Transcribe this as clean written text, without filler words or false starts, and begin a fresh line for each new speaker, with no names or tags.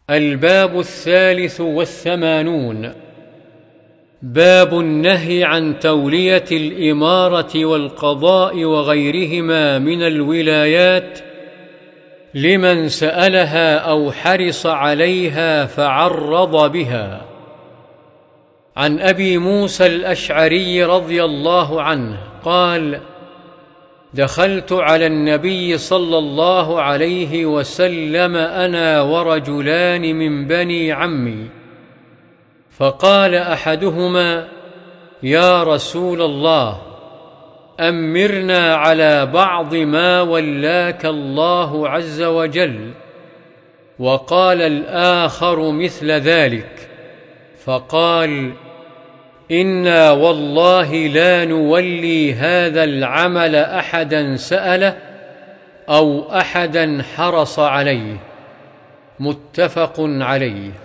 الباب 83. باب النهي عن تولية الإمارة والقضاء وغيرهما من الولايات لمن سألها أو حرص عليها فعرض بها. عن أبي موسى الأشعري رضي الله عنه قال: دخلت على النبي صلى الله عليه وسلم أنا ورجلان من بني عمي، فقال أحدهما: يا رسول الله، أمرنا على بعض ما ولاك الله عز وجل. وقال الآخر مثل ذلك، فقال: إنا والله لا نولي هذا العمل أحدا سأله أو أحدا حرص عليه. متفق عليه.